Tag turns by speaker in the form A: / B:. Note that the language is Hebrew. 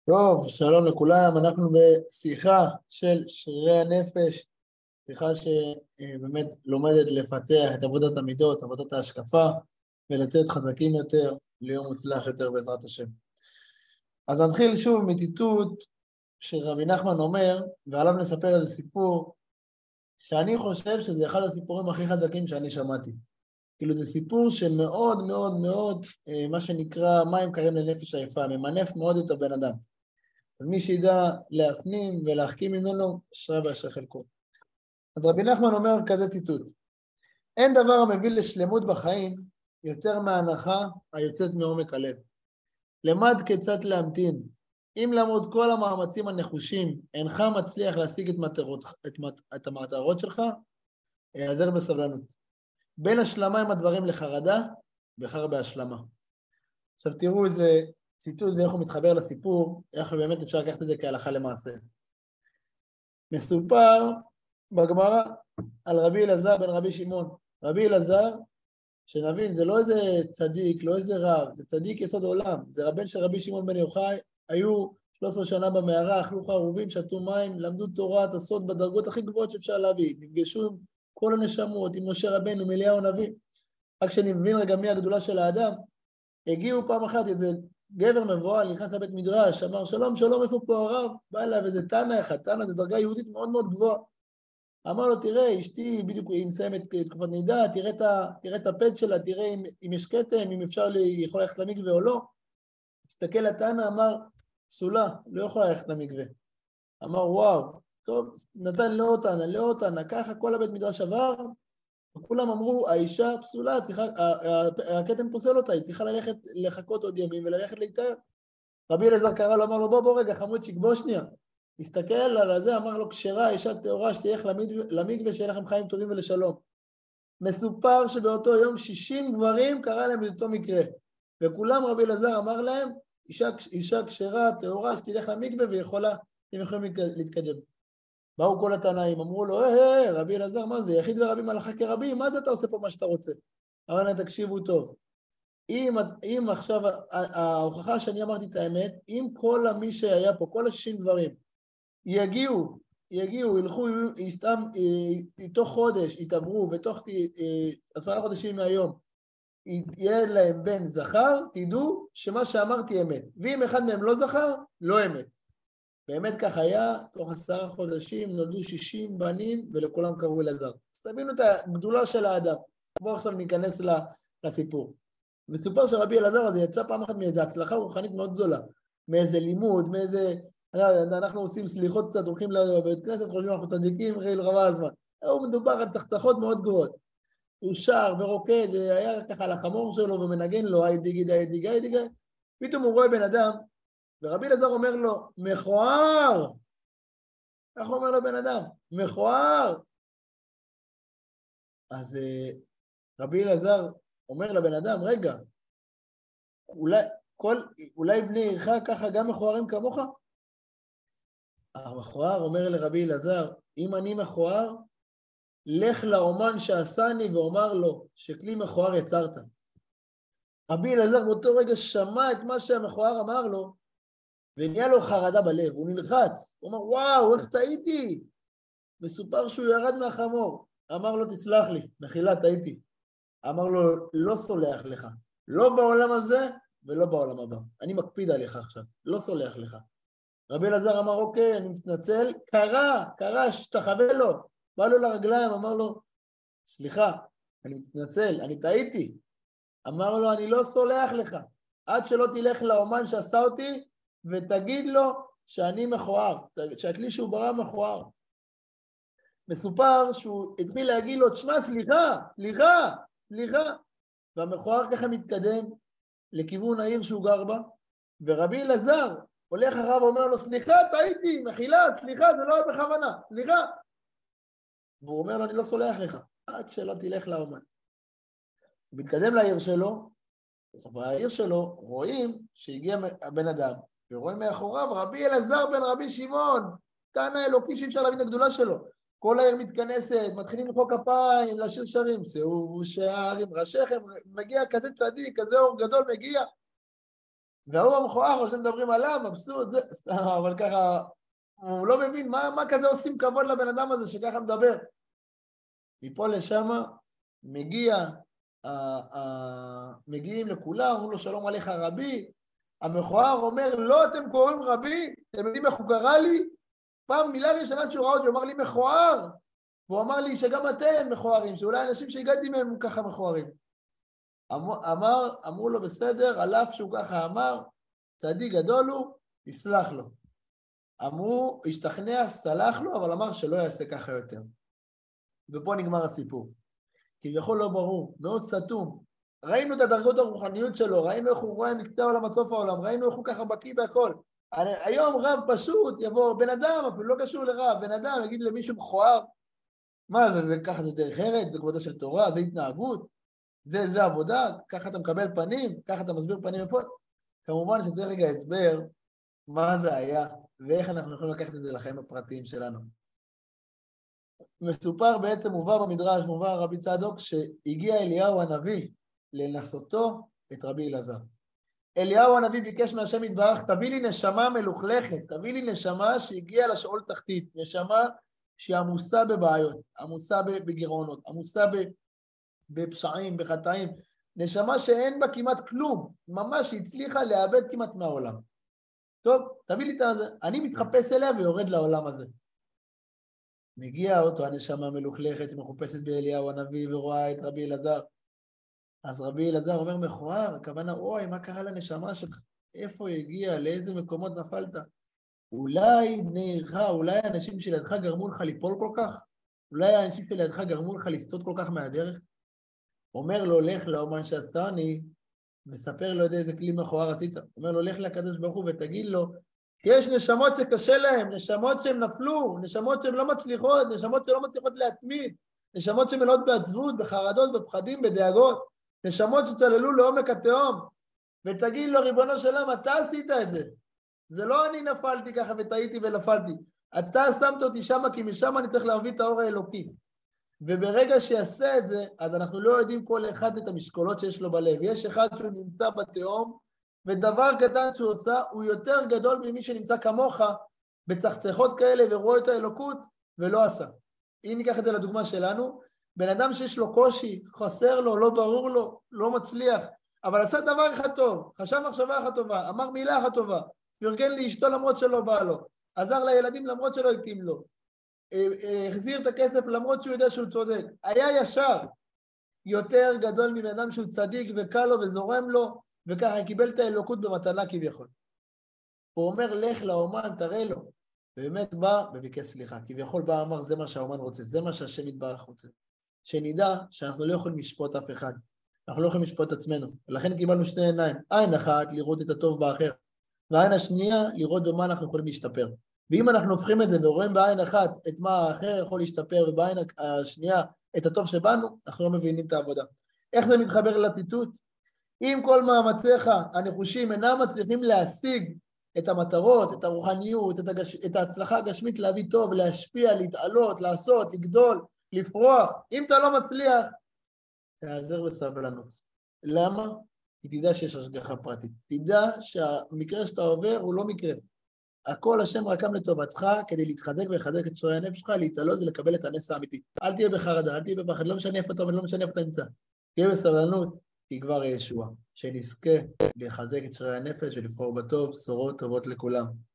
A: טוב, שלום לכולם, אנחנו בשיחה של שרירי הנפש, שיחה שבאמת לומדת לפתח את עבודת המידות, עבודת ההשקפה, ולצאת חזקים יותר, ליום מוצלח יותר בעזרת השם. אז נתחיל שוב מציטוט שרבי נחמן אומר, ועליו נספר איזה סיפור, שאני חושב שזה אחד הסיפורים הכי חזקים שאני שמעתי. כאילו זה סיפור שמאוד מאוד מאוד, מה שנקרא מים קרים לנפש עייפה, ממנף מאוד את הבן אדם. אז מי שידע להפנים ולהחכים ממנו, אשרי ואשרי חלקו. אז רבי נחמן אומר כזה ציטוט: אין דבר המביא לשלמות בחיים יותר מההנחה היוצאת מעומק הלב. למד כיצד להמתין. אם למרות כל המאמצים הנחושים אינך מצליח להשיג את המטרות שלך, העזר בסבלנות. בין השלמה עם הדברים לחרדה, בחר בהשלמה. עכשיו תראו איזה ציטוט ואיך הוא מתחבר לסיפור, איך באמת אפשר לקחת את זה כהלכה למעשה. מסופר בגמרא על רבי אלעזר בן רבי שמעון. רבי אלעזר, שנבין, זה לא איזה צדיק, לא איזה רב, זה צדיק יסוד עולם, זה רבן של רבי שמעון בן יוחאי, היו 13 שנה במערה, אכלו חרובים, שתו מים, למדו תורת הסוד בדרגות הכי גבוהות שאפשר להביא, נפגשו עם כל הנשמות, עם משה רבנו, עם אליהו הנביא. רק שאני מבין רגע מי הגדולה של האדם, הגיעו פעם אחת איזה גבר מבוהל, נכנס לבית מדרש, אמר שלום שלום, איפה פה הרב? בא אליו איזה תנא אחד, תנא זה דרגה יהודית מאוד מאוד גבוהה. אמר לו, תראה, אשתי בדיוק היא מסיימת תקופת נידה, תראה את הפד שלה, תראה אם יש כתם, אם אפשר יכול ללכת למקווה או לא. הסתכל לתנא, אמר, פסולה, לא יכולה ללכת למקווה. אמר, וואו, טוב, נתן לא תנא, ככה כל הבית מדרש עבר, וכולם אמרו, האישה פסולה, הכתם פוסל אותה, היא צריכה ללכת לחכות עוד ימים וללכת להתאר. רבי אלעזר קרא לו, אמר לו, בוא רגע, חמודשיק, בוא שנייה. הסתכל על זה, אמר לו, כשרה, אישה טהורה, שתלך למקווה, שיהיה לכם חיים טובים ולשלום. מסופר שבאותו יום 60 גברים קרא להם באותו מקרה. וכולם רבי אלעזר אמר להם, אישה כשרה, טהורה, שתלך למקווה ויכולה, אתם יכולים להתקדם. באו כל התנאים, אמרו לו, רבי אלעזר, מה זה? יחיד ורבים הלכה כרבים, מה זה אתה עושה פה מה שאתה רוצה? אמר להם, תקשיבו טוב. אם עכשיו ההוכחה שאני אמרתי את האמת, אם כל מי שהיה פה, כל ה-60 דברים, יגיעו, ילכו, תוך חודש, יתעברו, ותוך 10 חודשים מהיום, יהיה להם בן זכר, תדעו שמה שאמרתי אמת. ואם אחד מהם לא זכר, לא אמת. באמת כך היה, תוך 10 חודשים נולדו 60 בנים, ולכולם קראו אלעזר. תבינו את הגדולה של האדם. בואו עכשיו ניכנס לסיפור. מסופר שרבי אלעזר הזה יצא פעם אחת מאיזו הצלחה רוחנית מאוד גדולה, מאיזה לימוד, מאיזה, אנחנו עושים סליחות קצת, הולכים לבית כנסת, חושבים אנחנו צדיקים, רבה הזמן. הוא מדובר על תחתכות מאוד גבוהות. הוא שר ורוקד, היה ככה על החמור שלו ומנגן לו, היי דיגי, פתאום הוא רואה בן אדם, ורבי אלעזר אומר לו, מכוער! איך אומר לו בן אדם? מכוער! אז רבי אלעזר אומר לבן אדם, רגע, אולי בני עירך ככה גם מכוערים כמוך? המכוער אומר לרבי אלעזר, אם אני מכוער, לך לאומן שעשני ואומר לו שכלי מכוער יצרת. רבי אלעזר באותו רגע שמע את מה שהמכוער אמר לו, ונהיה לו חרדה בלב, הוא נלחץ, הוא אומר, וואו, איך טעיתי? מסופר שהוא ירד מהחמור, אמר לו, תסלח לי, מחילה, טעיתי. אמר לו, לא סולח לך, לא בעולם הזה ולא בעולם הבא. אני מקפיד עליך עכשיו, לא סולח לך. רבי אלעזר אמר, אוקיי, אני מתנצל, קרא, שתחווה לו, בא לו לרגליים, אמר לו, סליחה, אני מתנצל, אני טעיתי. אמר לו, אני לא סולח לך, עד שלא תלך לאומן שעשה אותי, ותגיד לו שאני מכוער, שהכלי שהוא ברא מכוער. מסופר שהוא התחיל להגיד לו, תשמע, סליחה, והמכוער ככה מתקדם לכיוון העיר שהוא גר בה, ורבי אלעזר הולך אחריו ואומר לו, סליחה, טעיתי, מחילה, סליחה, זה לא היה בכוונה, סליחה. והוא אומר לו, אני לא סולח לך, עד שלא תלך לאומן. הוא מתקדם לעיר שלו, ובעיר שלו רואים שהגיע הבן אדם, ורואים מאחוריו רבי אלעזר בן רבי שמעון, תנא אלוקי שאי אפשר להבין את הגדולה שלו. כל העיר מתכנסת, מתחילים למחוא כפיים, לשיר שרים, שאו שערים ראשיכם, מגיע כזה צדיק, כזה אור גדול מגיע. והוא המכוער, או שמדברים עליו, מבסוט, זה, אבל ככה, הוא לא מבין מה כזה עושים כבוד לבן אדם הזה שככה מדבר. מפה לשם מגיעים לכולם, אומרים לו שלום עליך רבי, המכוער אומר, לא אתם קוראים רבי, אתם יודעים איך הוא קרא לי? פעם מילה ראשונה שהוא ראה אותי, הוא אמר לי מכוער, והוא אמר לי שגם אתם מכוערים, שאולי אנשים שהגעתי מהם ככה מכוערים. אמרו לו בסדר, על אף שהוא ככה אמר, צדיק גדול הוא, יסלח לו. אמרו, השתכנע, סלח לו, אבל אמר שלא יעשה ככה יותר. ופה נגמר הסיפור. כביכול לא ברור, מאוד סתום. ראינו את הדרגות הרוחניות שלו, ראינו איך הוא רואה מקצה העולם עד סוף העולם, ראינו איך הוא ככה בקיא בהכל. היום רב פשוט יבוא, בן אדם, אפילו לא קשור לרב, בן אדם יגיד למישהו מכוער, מה זה ככה זה דרך ארץ, זה כבודה של תורה, זה התנהגות, זה עבודה, ככה אתה מקבל פנים, ככה אתה מסביר פנים איפה. כמובן שצריך רגע הסבר מה זה היה, ואיך אנחנו יכולים לקחת את זה לחיים הפרטיים שלנו. מסופר בעצם, מובא במדרש, מובא רבי צדוק, שהגיע אליהו הנביא לנסותו את רבי אלעזר. אליהו הנביא ביקש מהשם יתברך, תביא לי נשמה מלוכלכת, תביא לי נשמה שהגיעה לשאול תחתית, נשמה שהיא עמוסה בבעיות, עמוסה בגירעונות, עמוסה בפשעים, בחטאים, נשמה שאין בה כמעט כלום, ממש הצליחה לאבד כמעט מהעולם. טוב, תביא לי את זה, אני מתחפש אליה ויורד לעולם הזה. מגיע אותו הנשמה מלוכלכת, היא מחופשת באליהו הנביא ורואה את רבי אלעזר. אז רבי אלעזר אומר מכוער, הכוונה, אוי, מה קרה לנשמה שלך? איפה היא הגיעה? לאיזה מקומות נפלת? אולי בניך, אולי האנשים שלידך גרמו לך ליפול כל כך? אולי האנשים שלידך גרמו לך לסטות כל כך מהדרך? אומר לו, לך לאומן שעשני, מספר לו איזה כלי מכוער עשית. אומר לו, לך לקדוש ברוך הוא ותגיד לו, יש נשמות שקשה להם, נשמות שהם נפלו, נשמות שהם לא מצליחות, נשמות שלא מצליחות להתמיד, נשמות שמלאות בעצבות, בחרדות, בפחדים, בדאגות, נשמות שצללו לעומק התהום, ותגיד לו, ריבונו של עולם, אתה עשית את זה. זה לא אני נפלתי ככה וטעיתי ונפלתי. אתה שמת אותי שמה, כי משם אני צריך להביא את האור האלוקי. וברגע שיעשה את זה, אז אנחנו לא יודעים כל אחד את המשקולות שיש לו בלב. יש אחד שהוא נמצא בתהום, ודבר קטן שהוא עושה, הוא יותר גדול ממי שנמצא כמוך, בצחצחות כאלה, ורואה את האלוקות, ולא עשה. אם ניקח את זה לדוגמה שלנו, בן אדם שיש לו קושי, חסר לו, לא ברור לו, לא מצליח, אבל עשה דבר אחד טוב, חשב מחשבה אחת טובה, אמר מילה אחת טובה, פרגן לאשתו למרות שלא בא לו, עזר לילדים למרות שלא התאים לו, החזיר את הכסף למרות שהוא יודע שהוא צודק, היה ישר, יותר גדול מבן אדם שהוא צדיק וקל לו וזורם לו, וככה קיבל את האלוקות במתנה כביכול. הוא אומר, לך לאומן, תראה לו. ובאמת בא וביקש סליחה. כביכול בא, אמר, זה מה שהאומן רוצה, זה מה שהשם יתברך רוצה. שנדע שאנחנו לא יכולים לשפוט אף אחד. אנחנו לא יכולים לשפוט את עצמנו. ולכן קיבלנו שני עיניים. עין אחת, לראות את הטוב באחר. והעין השנייה, לראות במה אנחנו יכולים להשתפר. ואם אנחנו הופכים את זה ורואים בעין אחת את מה האחר יכול להשתפר, ובעין השנייה את הטוב שבנו, אנחנו לא מבינים את העבודה. איך זה מתחבר לציטוט? אם כל מאמציך הנחושים אינם מצליחים להשיג את המטרות, את הרוחניות, את ההצלחה הגשמית להביא טוב, להשפיע, להתעלות, לעשות, לגדול, לפרוח, אם אתה לא מצליח, תעזר בסבלנות. למה? כי תדע שיש השגחה פרטית. תדע שהמקרה שאתה עובר הוא לא מקרה. הכל השם רקם לטובתך כדי להתחזק ולחזק את שוררי הנפש שלך, להתעלות ולקבל את הנס האמיתי. אל תהיה בחרדה, אל תהיה בפחד, לא משנה איפה אתה ולא משנה איפה אתה נמצא. תהיה בסבלנות, כי כבר ישוע. שנזכה לחזק את שוררי הנפש ולבחור בטוב, בשורות טובות לכולם.